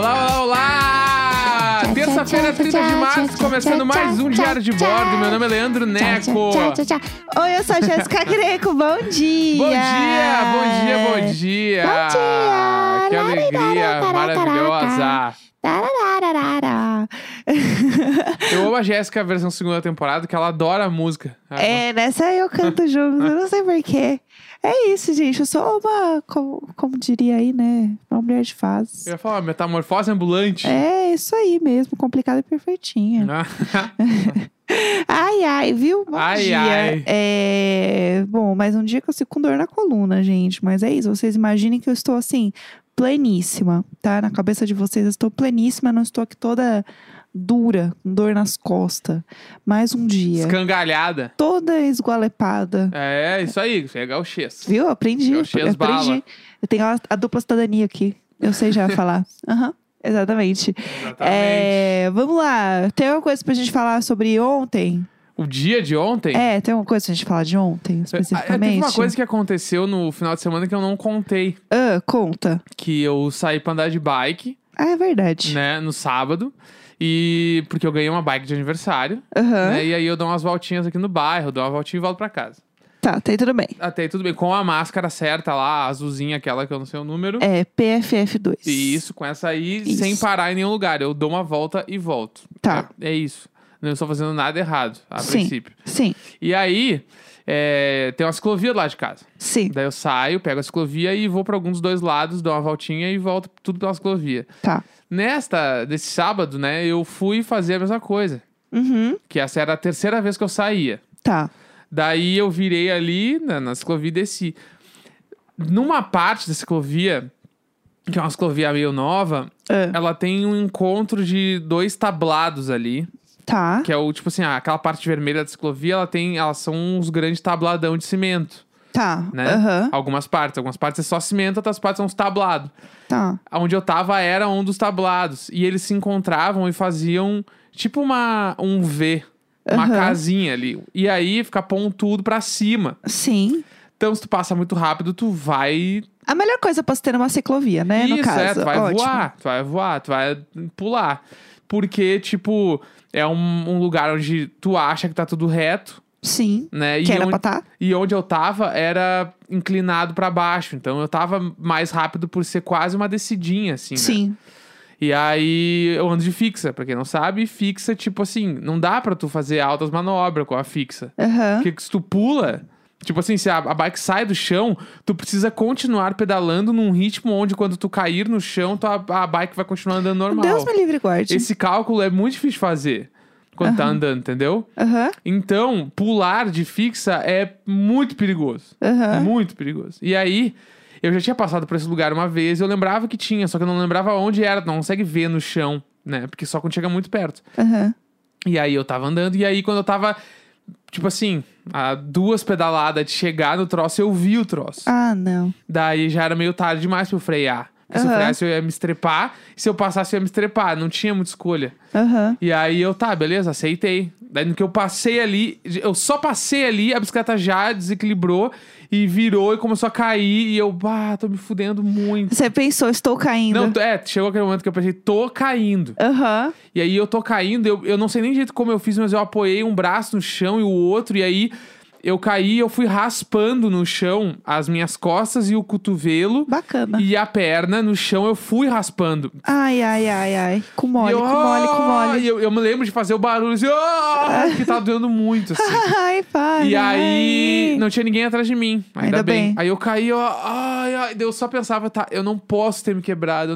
Olá, olá, olá! Terça-feira, 30 de março, começando mais um Diário de Bordo. Meu nome é Leandro Neco. Oi, eu sou a Jéssica Greco. Bom dia! Bom dia, bom dia, bom dia! Bom dia! Que alegria maravilhosa! Eu amo a Jéssica, a versão segunda temporada, que ela adora a música. É, nessa eu canto junto, eu não sei porquê. É isso, gente. Eu sou uma, como diria aí, né? Uma mulher de fases. Eu ia falar, metamorfose ambulante. É, isso aí mesmo. Complicada e perfeitinha. Ai, ai, viu? Bom dia. Ai. Bom, mais um dia que eu fico com dor na coluna, gente. Mas é isso. Vocês imaginem que eu estou, assim, pleníssima, tá? Na cabeça de vocês eu estou pleníssima. Não estou aqui toda dura, com dor nas costas. Mais um dia. Escangalhada. Toda esgualepada. É, isso aí. Você é gauchês. Viu? Aprendi. Gauchês bala. Eu tenho a dupla cidadania aqui. Eu sei já falar. Aham. Exatamente. Vamos lá. Tem alguma coisa pra gente falar sobre ontem? O dia de ontem? Tem alguma coisa pra gente falar de ontem, especificamente? Teve uma coisa que aconteceu no final de semana que eu não contei. Conta. Que eu saí pra andar de bike. É verdade. Né, no sábado. E porque eu ganhei uma bike de aniversário. Né, e aí eu dou umas voltinhas aqui no bairro, dou uma voltinha e volto pra casa. Tá, até aí tudo bem. Até aí tudo bem. Com a máscara certa lá, azulzinha, aquela que eu não sei o número. É, PFF2. Isso, com essa aí, sem parar em nenhum lugar. Eu dou uma volta e volto. Tá. É isso. Não estou fazendo nada errado, a Sim, princípio. sim. E aí, tem uma ciclovia lá de casa. Sim. Daí eu saio, pego a ciclovia e vou pra alguns dois lados, dou uma voltinha e volto tudo pela ciclovia. Tá. Desse sábado, né, eu fui fazer a mesma coisa. Uhum. Que essa era a terceira vez que eu saía. Tá. Daí eu virei ali na ciclovia e desci. Numa parte da ciclovia, que é uma ciclovia meio nova, ela tem um encontro de dois tablados ali. Tá. Que é o, tipo assim, aquela parte vermelha da ciclovia, elas são uns grandes tabladão de cimento. Tá. Né? Uhum. Algumas partes é só cimento, outras partes são uns tablados. Tá. Onde eu tava era um dos tablados. E eles se encontravam e faziam tipo um V. Uma casinha ali. E aí fica pontudo pra cima. Sim. Então, se tu passa muito rápido, tu vai... A melhor coisa pra se ter numa ciclovia, né? Isso, no caso. tu vai Ótimo. voar, tu vai pular. Porque, tipo, é um lugar onde tu acha que tá tudo reto. Sim. Né? Que era pra tá. E onde eu tava era inclinado pra baixo. Então, eu tava mais rápido por ser quase uma descidinha, assim, né? Sim. E aí, eu ando de fixa. Pra quem não sabe, fixa, tipo assim, não dá pra tu fazer altas manobras com a fixa. Porque se tu pula, tipo assim, se a bike sai do chão, tu precisa continuar pedalando num ritmo onde quando tu cair no chão, a bike vai continuar andando normal. Deus me livre e guarde. Esse cálculo é muito difícil de fazer quando tá andando, entendeu? Então, pular de fixa é muito perigoso. Muito perigoso. E aí... Eu já tinha passado por esse lugar uma vez, eu lembrava que tinha, só que eu não lembrava onde era, tu não consegue ver no chão, né? Porque só quando chega muito perto. E aí eu tava andando, e aí quando eu tava, tipo assim, a 2 pedaladas de chegar no troço, eu vi o troço. Ah, não. Daí já era meio tarde demais pra eu frear. Porque se eu freasse, eu ia me estrepar, e se eu passasse, eu ia me estrepar, não tinha muita escolha. E aí eu, beleza, aceitei. Daí no que eu passei ali, eu só passei ali, a bicicleta já desequilibrou e virou e começou a cair. E eu, tô me fudendo muito. Você pensou, estou caindo. Não, chegou aquele momento que eu pensei, tô caindo. E aí eu tô caindo, eu não sei nem jeito como eu fiz, mas eu apoiei um braço no chão e o outro, e aí... Eu caí, eu fui raspando no chão as minhas costas e o cotovelo. Bacana. E a perna no chão eu fui raspando. Ai. Com mole. E eu me lembro de fazer o barulho assim, que tava doendo muito, assim. Ai, para. E aí, não tinha ninguém atrás de mim. Ainda bem. Aí eu caí, daí eu só pensava, eu não posso ter me quebrado,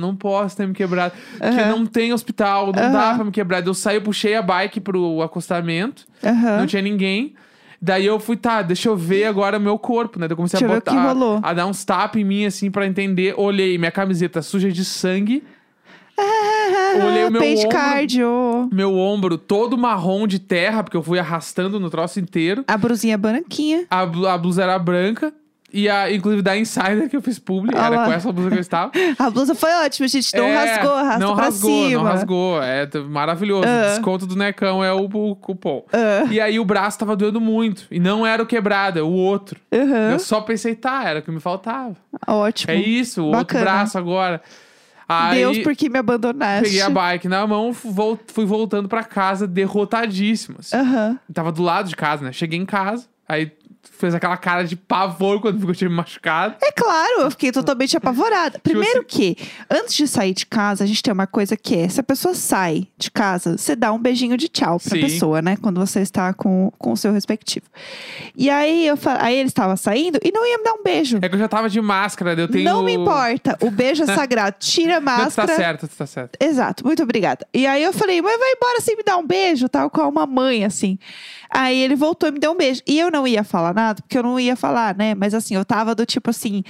Porque não tem hospital, não dá pra me quebrar. Eu saí, eu puxei a bike pro acostamento, não tinha ninguém. Daí eu fui, deixa eu ver agora meu corpo, né? Daí eu comecei a dar uns tapas em mim, assim, pra entender. Olhei, minha camiseta suja de sangue. Olhei o meu ombro. Cardio. Meu ombro todo marrom de terra, porque eu fui arrastando no troço inteiro. A brusinha branquinha. A blusa era branca. E inclusive da Insider que eu fiz publi, era com essa blusa que eu estava. A blusa foi ótima, gente. Não rasgou, arrasta pra cima. Não rasgou, é maravilhoso. Desconto do Necão é o cupom. E aí o braço tava doendo muito. E não era o quebrado, é o outro. Eu só pensei, era o que me faltava. Ótimo. É isso, o outro braço agora. Aí, Deus, por que me abandonaste? Peguei a bike na mão, fui voltando pra casa derrotadíssimo. Assim. Tava do lado de casa, né? Cheguei em casa, aí fez aquela cara de pavor quando viu que eu tinha me machucado. É claro, eu fiquei totalmente apavorada. Primeiro que, antes de sair de casa, a gente tem uma coisa que é, se a pessoa sai de casa, você dá um beijinho de tchau pra pessoa, né? Quando você está com o seu respectivo. E aí, aí ele estava saindo e não ia me dar um beijo. É que eu já tava de máscara, eu tenho... Não me importa, o beijo é sagrado. Tira a máscara. Não, tu tá certo. Exato, muito obrigada. E aí eu falei, mas vai embora sem me dar um beijo, tal qual uma mãe, assim. Aí ele voltou e me deu um beijo. E eu não ia falar nada, porque eu não ia falar, né? Mas assim, eu tava do tipo assim,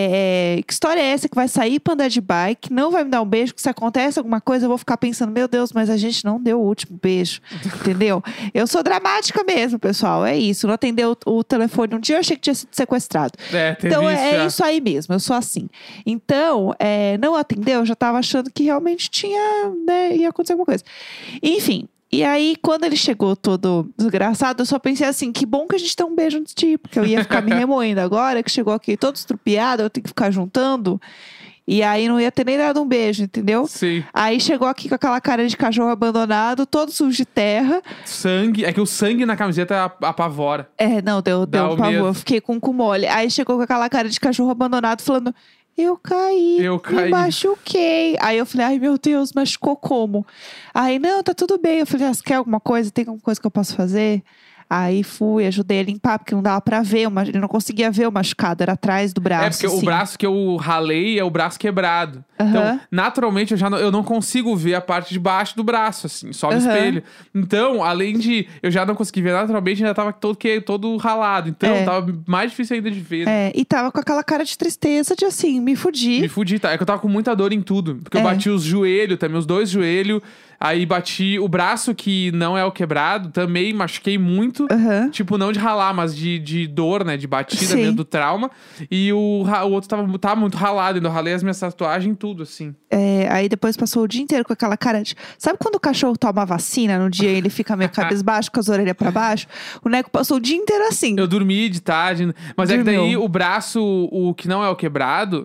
que história é essa que vai sair pra andar de bike, não vai me dar um beijo, que se acontece alguma coisa, eu vou ficar pensando, meu Deus, mas a gente não deu o último beijo, entendeu? Eu sou dramática mesmo, pessoal, é isso. Não atendeu o telefone um dia, eu achei que tinha sido sequestrado. Então é isso aí mesmo, eu sou assim. Então, não atendeu, eu já tava achando que realmente tinha, né, ia acontecer alguma coisa. Enfim. E aí, quando ele chegou todo desgraçado, eu só pensei assim, que bom que a gente tem um beijo antes de ir, porque eu ia ficar me remoendo agora, que chegou aqui todo estrupiado, eu tenho que ficar juntando. E aí não ia ter nem dado um beijo, entendeu? Sim. Aí chegou aqui com aquela cara de cachorro abandonado, todo sujo de terra. Sangue, é que o sangue na camiseta apavora. Não, deu um pavor, eu fiquei com o cu mole. Aí chegou com aquela cara de cachorro abandonado, falando... Eu caí, me machuquei. Aí eu falei, ai meu Deus, machucou como? Aí, não, tá tudo bem. Eu falei, você quer alguma coisa? Tem alguma coisa que eu posso fazer? Aí fui, ajudei a limpar, porque não dava pra ver, ele não conseguia ver o machucado, era atrás do braço. Porque assim. O braço que eu ralei é o braço quebrado. Então, naturalmente, eu não consigo ver a parte de baixo do braço, assim, só no espelho. Então, além de eu já não conseguir ver naturalmente, ainda tava todo ralado. Então, tava mais difícil ainda de ver. E tava com aquela cara de tristeza de assim, me fudi. Me fudi, tá? É que eu tava com muita dor em tudo. Porque eu bati os joelhos também, os dois joelhos. Aí bati o braço, que não é o quebrado, também machuquei muito. Tipo, não de ralar, mas de dor, né? De batida mesmo, do trauma. E o outro tava muito ralado, ainda eu ralei as minhas tatuagens, tudo, assim. Aí depois passou o dia inteiro com aquela cara de... Sabe quando o cachorro toma vacina no dia e ele fica meio cabisbaixo, com as orelhas pra baixo? O Neco passou o dia inteiro assim. Eu dormi de tarde, mas é que daí o braço, o que não é o quebrado...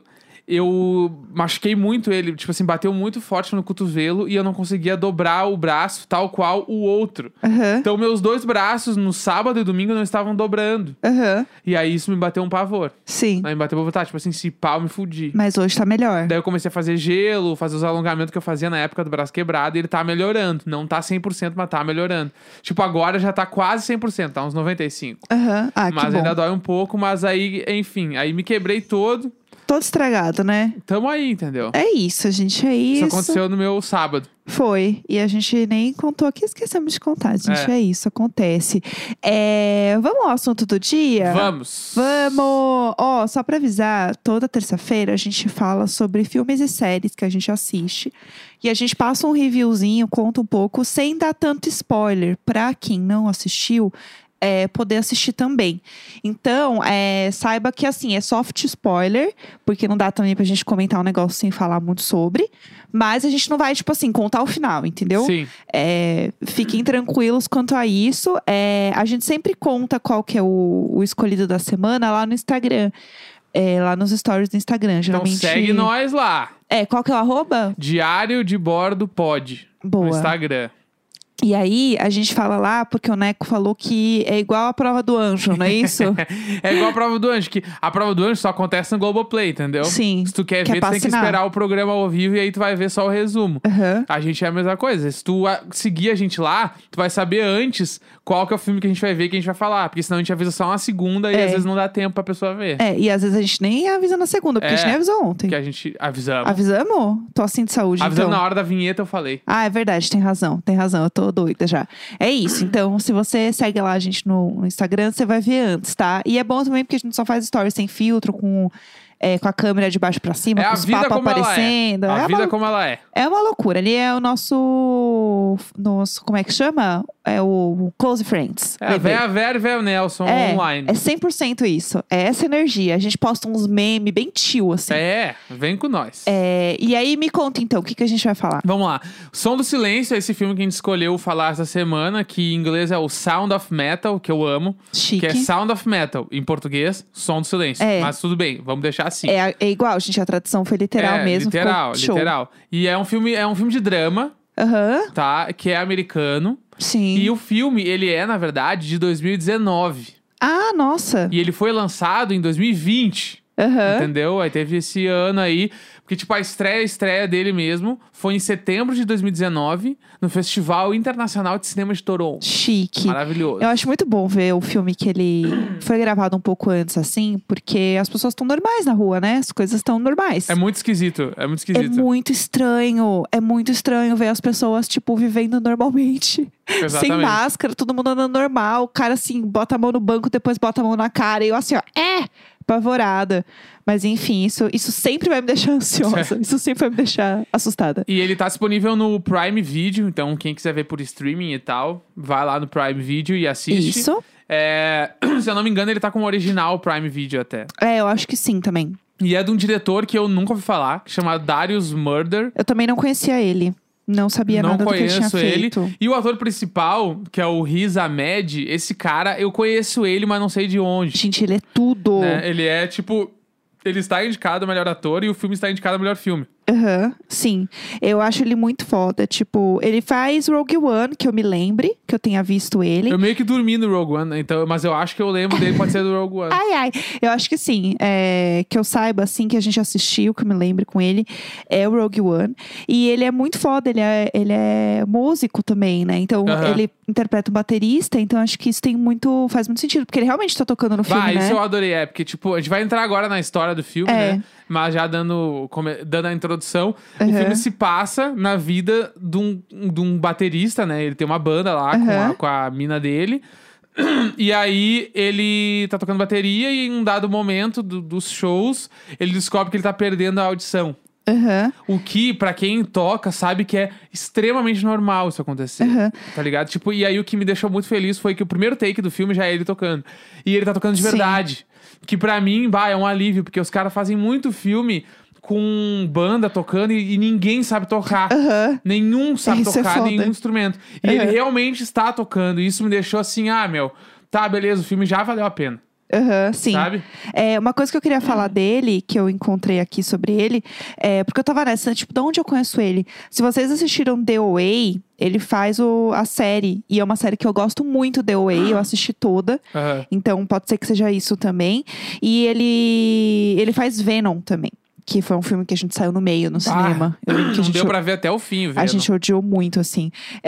Eu machuquei muito ele, tipo assim, bateu muito forte no cotovelo e eu não conseguia dobrar o braço tal qual o outro. Então, meus dois braços no sábado e domingo não estavam dobrando. E aí, isso me bateu um pavor. Sim. Aí me bateu pra botar, tipo assim, se pau, me fudi. Mas hoje tá melhor. Daí eu comecei a fazer gelo, fazer os alongamentos que eu fazia na época do braço quebrado e ele tá melhorando. Não tá 100%, mas tá melhorando. Tipo, agora já tá quase 100%, tá uns 95%. Mas ainda dói um pouco, mas aí, enfim, aí me quebrei todo. Todo estragado, né? Tamo aí, entendeu? É isso, gente, é isso. Isso aconteceu no meu sábado. Foi. E a gente nem contou aqui, esquecemos de contar, gente. É isso, acontece. Vamos ao assunto do dia? Vamos! Vamos! Só pra avisar, toda terça-feira a gente fala sobre filmes e séries que a gente assiste. E a gente passa um reviewzinho, conta um pouco, sem dar tanto spoiler. Pra quem não assistiu... poder assistir também. Então, saiba que, assim, é soft spoiler, porque não dá também pra gente comentar um negócio sem falar muito sobre, mas a gente não vai, tipo assim, contar o final, entendeu? Sim. Fiquem tranquilos quanto a isso. A gente sempre conta qual que é o escolhido da semana lá no Instagram. Lá nos stories do Instagram, geralmente. Então segue nós lá. Qual que é o arroba? Diário de Bordo Pod. Boa. No Instagram. E aí, a gente fala lá, porque o Neco falou que é igual a prova do anjo, não é isso? É igual a prova do anjo, que a prova do anjo só acontece no Globoplay, entendeu? Sim. Se tu quer ver, tu tem que esperar o programa ao vivo e aí tu vai ver só o resumo. A gente é a mesma coisa. Se tu seguir a gente lá, tu vai saber antes qual que é o filme que a gente vai ver, que a gente vai falar. Porque senão a gente avisa só uma segunda e às vezes não dá tempo pra pessoa ver. E às vezes a gente nem avisa na segunda, porque a gente nem avisou ontem. Que a gente avisamos. Avisamos? Tô assim de saúde, avisamos então. Na hora da vinheta, eu falei. É verdade, tem razão. Eu tô doida já. É isso, então se você segue lá a gente no Instagram, você vai ver antes, tá? E é bom também porque a gente só faz stories sem filtro, com a câmera de baixo pra cima, com os papos aparecendo. A vida como ela é. É uma loucura, ali é o nosso como é que chama? É o Close Friends. É, a Vera e Vera Nelson online. É 100% isso. É essa energia. A gente posta uns memes bem chill, assim. Vem com nós. E aí, me conta então, o que a gente vai falar? Vamos lá. Som do Silêncio é esse filme que a gente escolheu falar essa semana, que em inglês é o Sound of Metal, que eu amo. Chique. Que é Sound of Metal. Em português, Som do Silêncio. Mas tudo bem, vamos deixar assim. É igual, gente, a tradução foi literal mesmo. Literal. E é um filme de drama, tá? Que é americano. Sim. E o filme, ele é, na verdade, de 2019. Ah, nossa. E ele foi lançado em 2020. Entendeu? Aí teve esse ano aí. Porque, tipo, a estreia dele mesmo foi em setembro de 2019, no Festival Internacional de Cinema de Toronto. Chique. Maravilhoso. Eu acho muito bom ver o filme que ele foi gravado um pouco antes, assim, porque as pessoas estão normais na rua, né? As coisas estão normais. É muito esquisito. É muito estranho. É muito estranho ver as pessoas, tipo, vivendo normalmente. Exatamente. Sem máscara, todo mundo andando normal. O cara, assim, bota a mão no banco, depois bota a mão na cara. E eu, assim, ó, apavorada. Mas enfim, isso sempre vai me deixar ansiosa. Isso sempre vai me deixar assustada. E ele tá disponível no Prime Video. Então, quem quiser ver por streaming e tal, vai lá no Prime Video e assiste. Isso. Se eu não me engano, ele tá com o original Prime Video até. Eu acho que sim também. E é de um diretor que eu nunca ouvi falar, chamado Darius Murder. Eu também não conhecia ele. Não sabia nada do que ele tinha feito. E o ator principal, que é o Riz Ahmed, esse cara, eu conheço ele, mas não sei de onde. Gente, ele é tudo. Né? Ele é, tipo... Ele está indicado a melhor ator e o filme está indicado a melhor filme. Sim. Eu acho ele muito foda. Tipo, ele faz Rogue One, que eu me lembre, que eu tenha visto ele. Eu meio que dormi no Rogue One, então, mas eu acho que eu lembro dele, pode ser do Rogue One. Ai. Eu acho que sim. Que eu saiba, assim, que a gente assistiu, que eu me lembre com ele, é o Rogue One. E ele é muito foda, ele é músico também, né? Então, ele interpreta um baterista, então acho que isso faz muito sentido, porque ele realmente tá tocando no filme, né? Isso eu adorei, porque, tipo, a gente vai entrar agora na história do filme, né? Mas já dando a introdução, o filme se passa na vida de um baterista, né? Ele tem uma banda lá com a mina dele. E aí, ele tá tocando bateria e em um dado momento dos shows, ele descobre que ele tá perdendo a audição. O que, pra quem toca, sabe que é extremamente normal isso acontecer. Tá ligado? Tipo, e aí o que me deixou muito feliz foi que o primeiro take do filme já é ele tocando. E ele tá tocando de verdade. Que pra mim, é um alívio, porque os caras fazem muito filme com banda tocando e ninguém sabe tocar. Nenhum sabe tocar nenhum instrumento. E ele realmente está tocando. E isso me deixou assim, tá, beleza, o filme já valeu a pena. Sim. Sabe? Uma coisa que eu queria falar dele, que eu encontrei aqui sobre ele, porque eu tava nessa, tipo, de onde eu conheço ele? Se vocês assistiram The Away, ele faz a série. E é uma série que eu gosto muito, The Away, eu assisti toda. Então, pode ser que seja isso também. E ele faz Venom também. Que foi um filme que a gente saiu no meio, no cinema. Não deu pra ver até o fim, Venom. A gente odiou muito, assim.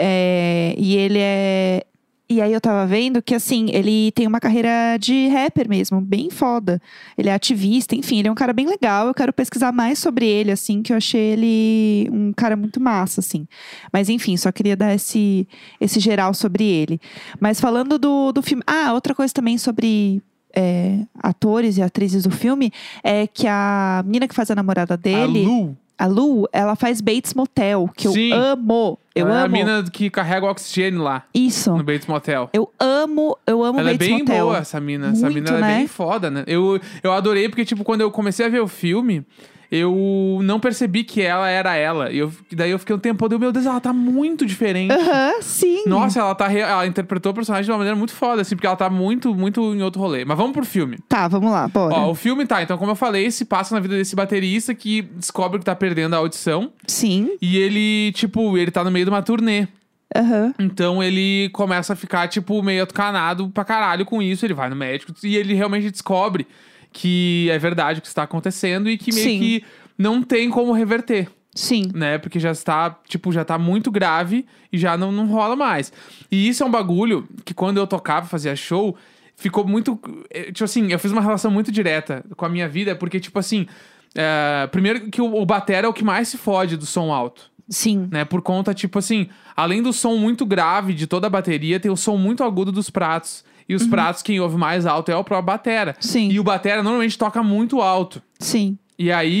E ele E aí eu tava vendo que, assim, ele tem uma carreira de rapper mesmo, bem foda. Ele é ativista, enfim, ele é um cara bem legal. Eu quero pesquisar mais sobre ele, assim, que eu achei ele um cara muito massa, assim. Mas enfim, só queria dar esse geral sobre ele. Mas falando do filme... outra coisa também sobre... atores e atrizes do filme, é que a menina que faz a namorada dele... A Lu, ela faz Bates Motel, que Sim. eu amo. Eu amo. É a mina que carrega o oxigênio lá. Isso. No Bates Motel. Eu amo ela Bates Motel. Ela é bem boa, essa mina. Essa mina ela é bem foda, né? Eu adorei, porque, tipo, quando eu comecei a ver o filme... Eu não percebi que ela era ela. Daí eu fiquei um tempo, meu Deus, ela tá muito diferente. Sim. Nossa, ela interpretou o personagem de uma maneira muito foda, assim, porque ela tá muito, muito em outro rolê. Mas vamos pro filme. Tá, vamos lá, bora. O filme então, como eu falei, se passa na vida desse baterista que descobre que tá perdendo a audição. Sim. E ele, tipo, ele tá no meio de uma turnê. Então ele começa a ficar, tipo, meio atucanado pra caralho com isso. Ele vai no médico e ele realmente descobre que é verdade o que está acontecendo e que meio que não tem como reverter. Sim. Né? Porque já está, tipo, já tá muito grave e já não rola mais. E isso é um bagulho que quando eu tocava, fazia show, ficou muito... Tipo assim, eu fiz uma relação muito direta com a minha vida, porque, tipo assim, primeiro que o batera é o que mais se fode do som alto. Sim. Né? Por conta, tipo assim, além do som muito grave de toda a bateria, tem o som muito agudo dos pratos. E os pratos, quem ouve mais alto é o próprio batera. Sim. E o batera normalmente toca muito alto. Sim. E aí,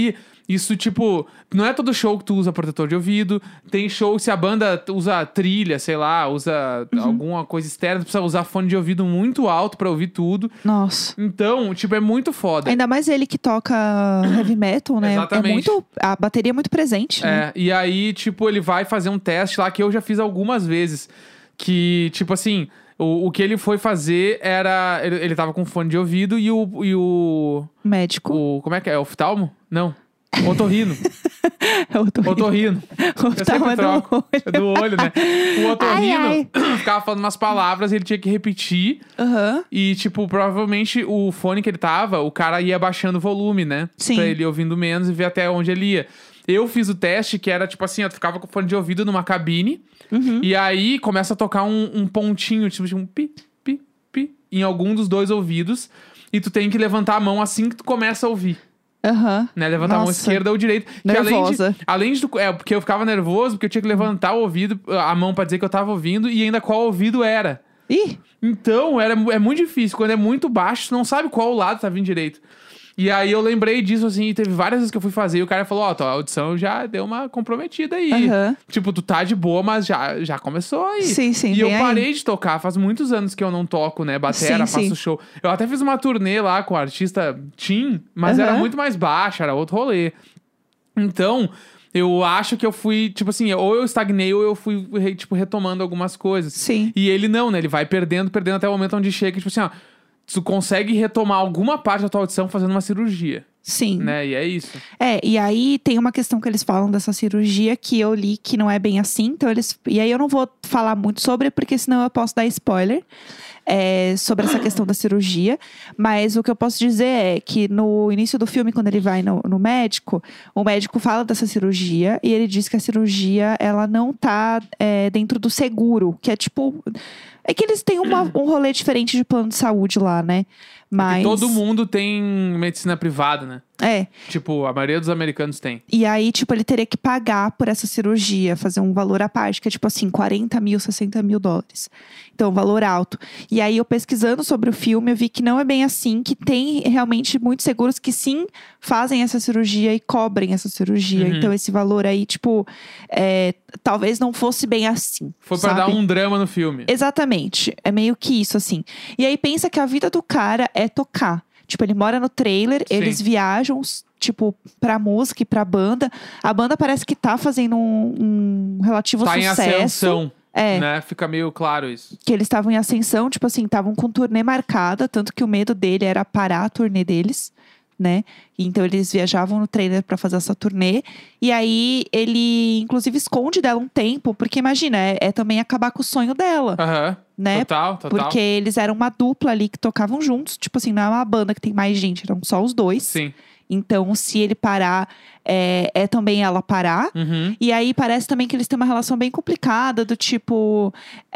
Isso, tipo, não é todo show que tu usa protetor de ouvido. Tem show se a banda usa trilha, sei lá, usa alguma coisa externa, tu precisa usar fone de ouvido muito alto pra ouvir tudo. Nossa. Então, tipo, é muito foda. Ainda mais ele que toca heavy metal, né? Exatamente. A bateria é muito presente, né? E aí, tipo, ele vai fazer um teste lá que eu já fiz algumas vezes. Que, tipo assim, o que ele foi fazer era... Ele tava com fone de ouvido e o Médico. como é que é? Oftalmo? Não. Otorrino. É otorrino. Oftalmo é do olho. É do olho, né? O otorrino ai. ficava falando umas palavras e ele tinha que repetir. E, tipo, provavelmente o fone que ele tava, o cara ia baixando o volume, né? Sim. Pra ele ir ouvindo menos e ver até onde ele ia. Eu fiz o teste que era, tipo assim, eu ficava com o fone de ouvido numa cabine. E aí começa a tocar um pontinho, tipo um pi, pi, pi, em algum dos dois ouvidos. E tu tem que levantar a mão assim que tu começa a ouvir. Né? Levantar a mão esquerda ou direita. Nervosa. Que além de porque eu ficava nervoso, porque eu tinha que levantar o ouvido, a mão pra dizer que eu tava ouvindo e ainda qual ouvido era. Ih! Então, é muito difícil. Quando é muito baixo, tu não sabe qual lado tá vindo direito. E aí eu lembrei disso, assim, e teve várias vezes que eu fui fazer e o cara falou, ó, tua audição já deu uma comprometida aí. Tipo, tu tá de boa, mas já começou aí. Sim, e eu parei de tocar, faz muitos anos que eu não toco, né, batera, faço show. Eu até fiz uma turnê lá com o artista Tim, mas era muito mais baixa, era outro rolê. Então, eu acho que eu fui, tipo assim, ou eu estagnei ou eu fui, tipo, retomando algumas coisas. Sim. E ele não, né, ele vai perdendo até o momento onde chega, tipo assim, ó, tu consegue retomar alguma parte da tua audição fazendo uma cirurgia. Sim. Né? E é isso. E aí tem uma questão que eles falam dessa cirurgia que eu li que não é bem assim. Então e aí eu não vou falar muito sobre, porque senão eu posso dar spoiler. Sobre essa questão da cirurgia. Mas o que eu posso dizer é que no início do filme, quando ele vai no médico, o médico fala dessa cirurgia e ele diz que a cirurgia, ela não tá dentro do seguro, que é tipo... É que eles têm um rolê diferente de plano de saúde lá, né? Mas... todo mundo tem medicina privada, né? Tipo, a maioria dos americanos tem. E aí, tipo, ele teria que pagar por essa cirurgia, fazer um valor à parte, que é tipo assim, 40 mil, 60 mil dólares. Então, um valor alto. E aí, eu pesquisando sobre o filme, eu vi que não é bem assim, que tem realmente muitos seguros que sim fazem essa cirurgia e cobrem essa cirurgia. Então, esse valor aí, tipo, talvez não fosse bem assim. Foi pra dar um drama no filme. Exatamente. É meio que isso, assim. E aí, pensa que a vida do cara é tocar. Tipo, ele mora no trailer, eles viajam, tipo, pra música e pra banda. A banda parece que tá fazendo um relativo sucesso. Tá em ascensão, né? Fica meio claro isso. Que eles estavam em ascensão, tipo assim, estavam com turnê marcada. Tanto que o medo dele era parar a turnê deles, né? Então, eles viajavam no trailer pra fazer essa turnê. E aí, ele, inclusive, esconde dela um tempo. Porque, imagina, é também acabar com o sonho dela. Né? Total. Porque eles eram uma dupla ali que tocavam juntos. Tipo assim, não é uma banda que tem mais gente, eram só os dois. Sim. Então, se ele parar, é também ela parar. E aí, parece também que eles têm uma relação bem complicada, do tipo,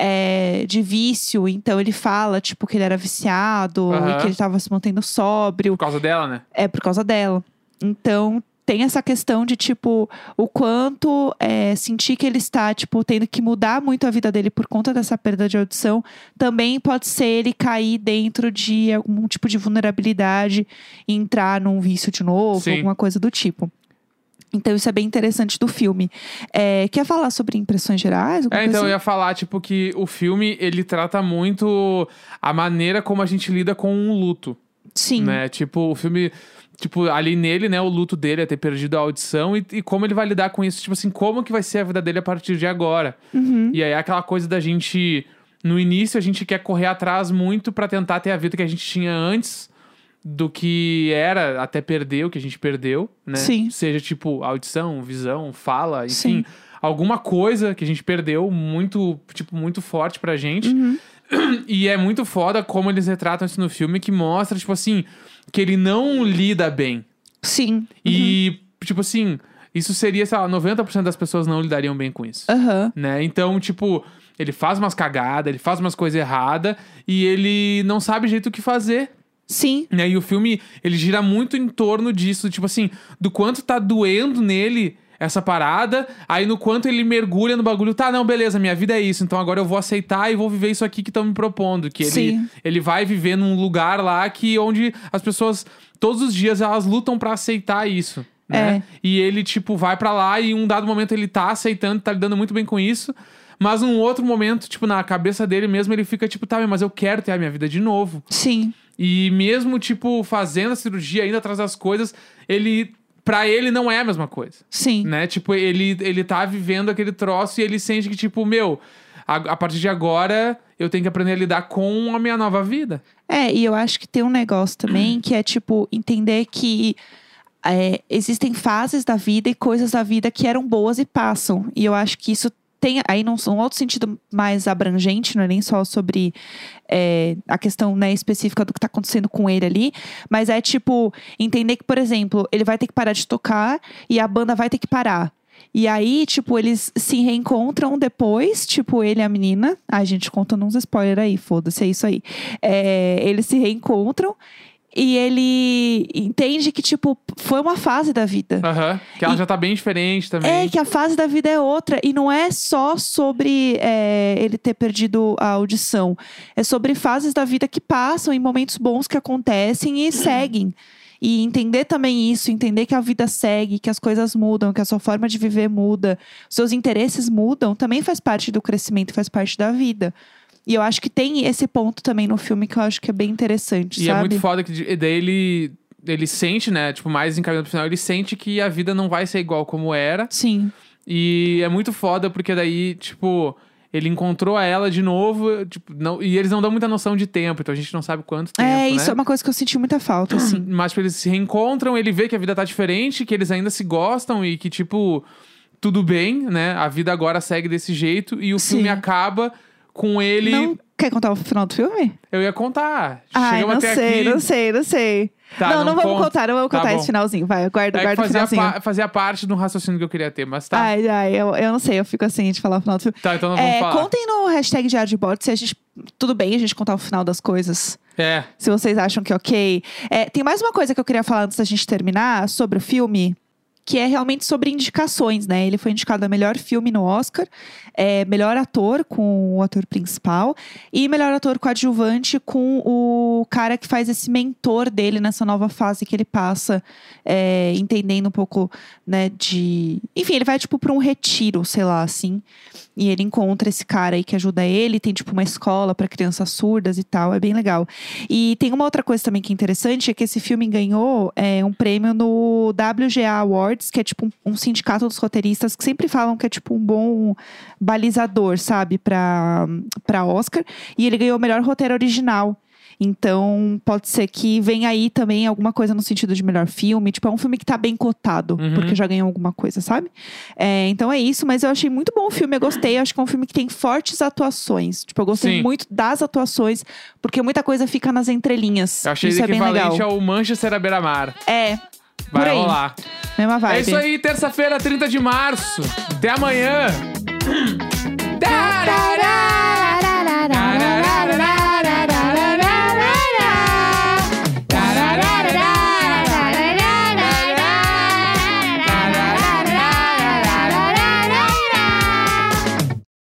de vício. Então, ele fala, tipo, que ele era viciado e que ele tava se mantendo sóbrio. Por causa dela, né? É, por causa dela. Então, tem essa questão de, tipo, o quanto sentir que ele está, tipo, tendo que mudar muito a vida dele por conta dessa perda de audição. Também pode ser ele cair dentro de algum tipo de vulnerabilidade e entrar num vício de novo, alguma coisa do tipo. Então, isso é bem interessante do filme. Quer falar sobre impressões gerais? Então, eu ia falar, tipo, que o filme, ele trata muito a maneira como a gente lida com um luto. Sim. Né? Tipo, o filme... Tipo, ali nele, né, o luto dele é ter perdido a audição e como ele vai lidar com isso. Tipo assim, como que vai ser a vida dele a partir de agora. E aí, aquela coisa da gente... No início, a gente quer correr atrás muito pra tentar ter a vida que a gente tinha antes do que era até perder o que a gente perdeu, né? Sim. Seja, tipo, audição, visão, fala, enfim. Alguma coisa que a gente perdeu muito, tipo, muito forte pra gente. E é muito foda como eles retratam isso no filme, que mostra, tipo assim... que ele não lida bem. Sim. E, tipo assim, isso seria, sei lá, 90% das pessoas não lidariam bem com isso. Né? Então, tipo, ele faz umas cagadas, ele faz umas coisas erradas e ele não sabe jeito o que fazer. Sim. Né? E o filme, ele gira muito em torno disso, tipo assim, do quanto tá doendo nele essa parada, aí no quanto ele mergulha no bagulho, tá, não, beleza, minha vida é isso, então agora eu vou aceitar e vou viver isso aqui que estão me propondo, que ele vai viver num lugar lá onde as pessoas, todos os dias, elas lutam pra aceitar isso. né? E ele, tipo, vai pra lá e em um dado momento ele tá aceitando, tá lidando muito bem com isso. Mas num outro momento, tipo, na cabeça dele mesmo, ele fica tipo, tá, mas eu quero ter a minha vida de novo. Sim. E mesmo, tipo, fazendo a cirurgia, ainda atrás das coisas, pra ele não é a mesma coisa. Sim. Né? Tipo, ele tá vivendo aquele troço e ele sente que, tipo, a partir de agora eu tenho que aprender a lidar com a minha nova vida. E eu acho que tem um negócio também que é, tipo, entender que existem fases da vida e coisas da vida que eram boas e passam. E eu acho que isso tem aí num outro sentido mais abrangente, não é nem só sobre a questão, né, específica do que tá acontecendo com ele ali, mas é tipo, entender que, por exemplo, ele vai ter que parar de tocar e a banda vai ter que parar. E aí, tipo, eles se reencontram depois, tipo, ele e a menina. Ai, gente, contando uns spoilers aí, foda-se, é isso aí. Eles se reencontram. E ele entende que, tipo, foi uma fase da vida. Que ela já tá bem diferente também. Que a fase da vida é outra. E não é só sobre ele ter perdido a audição. É sobre fases da vida que passam e momentos bons que acontecem e seguem. E entender também isso, entender que a vida segue, que as coisas mudam, que a sua forma de viver muda, seus interesses mudam, também faz parte do crescimento, faz parte da vida. E eu acho que tem esse ponto também no filme que eu acho que é bem interessante, sabe? E é muito foda que daí ele sente, né? Tipo, mais encaminhado pro final, ele sente que a vida não vai ser igual como era. Sim. E é muito foda porque daí, tipo, ele encontrou ela de novo, tipo, e eles não dão muita noção de tempo, então a gente não sabe quanto tempo, isso né? é uma coisa que eu senti muita falta, assim. Mas tipo, eles se reencontram, ele vê que a vida tá diferente, que eles ainda se gostam e que, tipo, tudo bem, né? A vida agora segue desse jeito e o filme acaba com ele... Não quer contar o final do filme? Eu ia contar. Chegamos até aqui. Não sei. Tá, não vamos contar esse finalzinho. Vai, guarda o finalzinho. Fazia parte do raciocínio que eu queria ter, mas tá. Eu não sei, eu fico assim de falar o final do filme. Tá, então não vamos falar. Contem no hashtag Diário de Bordo se a gente... Tudo bem a gente contar o final das coisas. Se vocês acham que é ok. Tem mais uma coisa que eu queria falar antes da gente terminar sobre o filme, que é realmente sobre indicações, né? Ele foi indicado a melhor filme no Oscar, melhor ator com o ator principal e melhor ator coadjuvante com o cara que faz esse mentor dele nessa nova fase que ele passa, entendendo um pouco, né, de... Enfim, ele vai, tipo, pra um retiro, sei lá, assim. E ele encontra esse cara aí que ajuda ele. Tem, tipo, uma escola pra crianças surdas e tal. É bem legal. E tem uma outra coisa também que é interessante. É que esse filme ganhou um prêmio no WGA Awards. Que é, tipo, um sindicato dos roteiristas. Que sempre falam que é, tipo, um bom balizador, sabe? Pra Oscar. E ele ganhou o melhor roteiro original. Então, pode ser que venha aí também alguma coisa no sentido de melhor filme. Tipo, é um filme que tá bem cotado, porque já ganhou alguma coisa, sabe? Então é isso, mas eu achei muito bom o filme, eu gostei. Eu acho que é um filme que tem fortes atuações. Tipo, eu gostei muito das atuações, porque muita coisa fica nas entrelinhas. Eu achei isso equivalente ao Manchester à beira-mar. Vai rolar. Mesma vibe. É isso aí, terça-feira, 30 de março. Até amanhã.